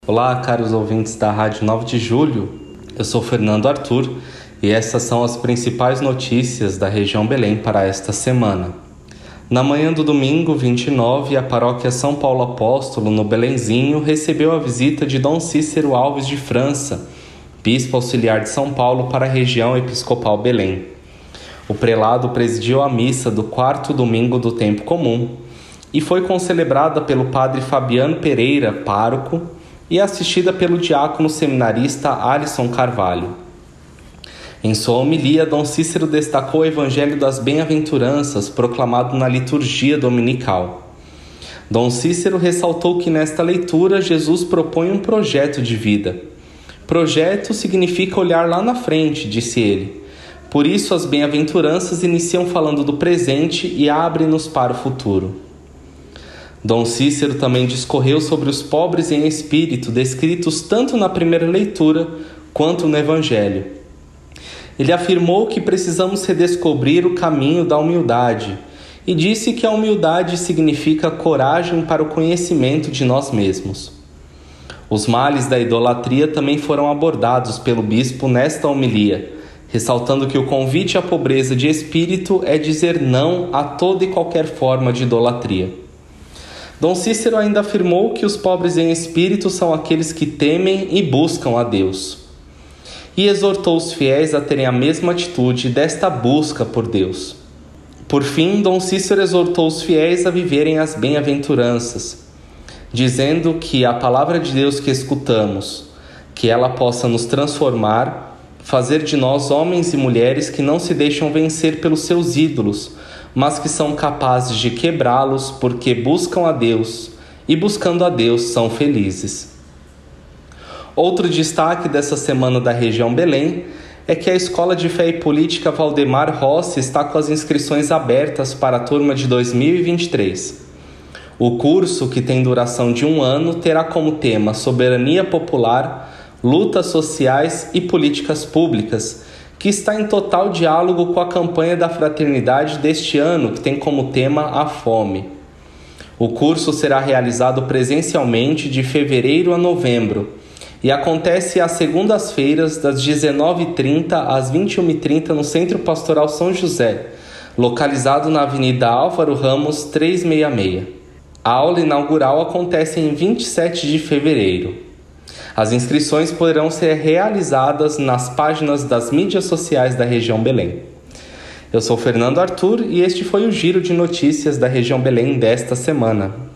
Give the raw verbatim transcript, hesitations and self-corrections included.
Olá, caros ouvintes da Rádio nove de Julho, eu sou Fernando Arthur e essas são as principais notícias da região Belém para esta semana. Na manhã do domingo vinte e nove, a paróquia São Paulo Apóstolo, no Belenzinho, recebeu a visita de Dom Cícero Alves de França, bispo auxiliar de São Paulo para a região episcopal Belém. O prelado presidiu a missa do quarto domingo do tempo comum e foi concelebrada pelo padre Fabiano Pereira, pároco, e assistida pelo diácono seminarista Alisson Carvalho. Em sua homilia, Dom Cícero destacou o Evangelho das Bem-aventuranças, proclamado na liturgia dominical. Dom Cícero ressaltou que nesta leitura Jesus propõe um projeto de vida. Projeto significa olhar lá na frente, disse ele. Por isso as bem-aventuranças iniciam falando do presente e abrem-nos para o futuro. Dom Cícero também discorreu sobre os pobres em espírito, descritos tanto na primeira leitura quanto no Evangelho. Ele afirmou que precisamos redescobrir o caminho da humildade e disse que a humildade significa coragem para o conhecimento de nós mesmos. Os males da idolatria também foram abordados pelo bispo nesta homilia, ressaltando que o convite à pobreza de espírito é dizer não a toda e qualquer forma de idolatria. Dom Cícero ainda afirmou que os pobres em espírito são aqueles que temem e buscam a Deus. E exortou os fiéis a terem a mesma atitude desta busca por Deus. Por fim, Dom Cícero exortou os fiéis a viverem as bem-aventuranças, dizendo que a palavra de Deus que escutamos, que ela possa nos transformar, fazer de nós homens e mulheres que não se deixam vencer pelos seus ídolos, mas que são capazes de quebrá-los porque buscam a Deus e, buscando a Deus, são felizes. Outro destaque dessa semana da região Belém é que a Escola de Fé e Política Valdemar Rossi está com as inscrições abertas para a turma de dois mil e vinte e três. O curso, que tem duração de um ano, terá como tema Soberania Popular, Lutas Sociais e Políticas Públicas, que está em total diálogo com a campanha da fraternidade deste ano, que tem como tema a fome. O curso será realizado presencialmente de fevereiro a novembro e acontece às segundas-feiras, das dezenove e trinta às vinte e uma e trinta no Centro Pastoral São José, localizado na Avenida Álvaro Ramos trezentos e sessenta e seis. A aula inaugural acontece em vinte e sete de fevereiro. As inscrições poderão ser realizadas nas páginas das mídias sociais da região Belém. Eu sou Fernando Arthur e este foi o Giro de Notícias da região Belém desta semana.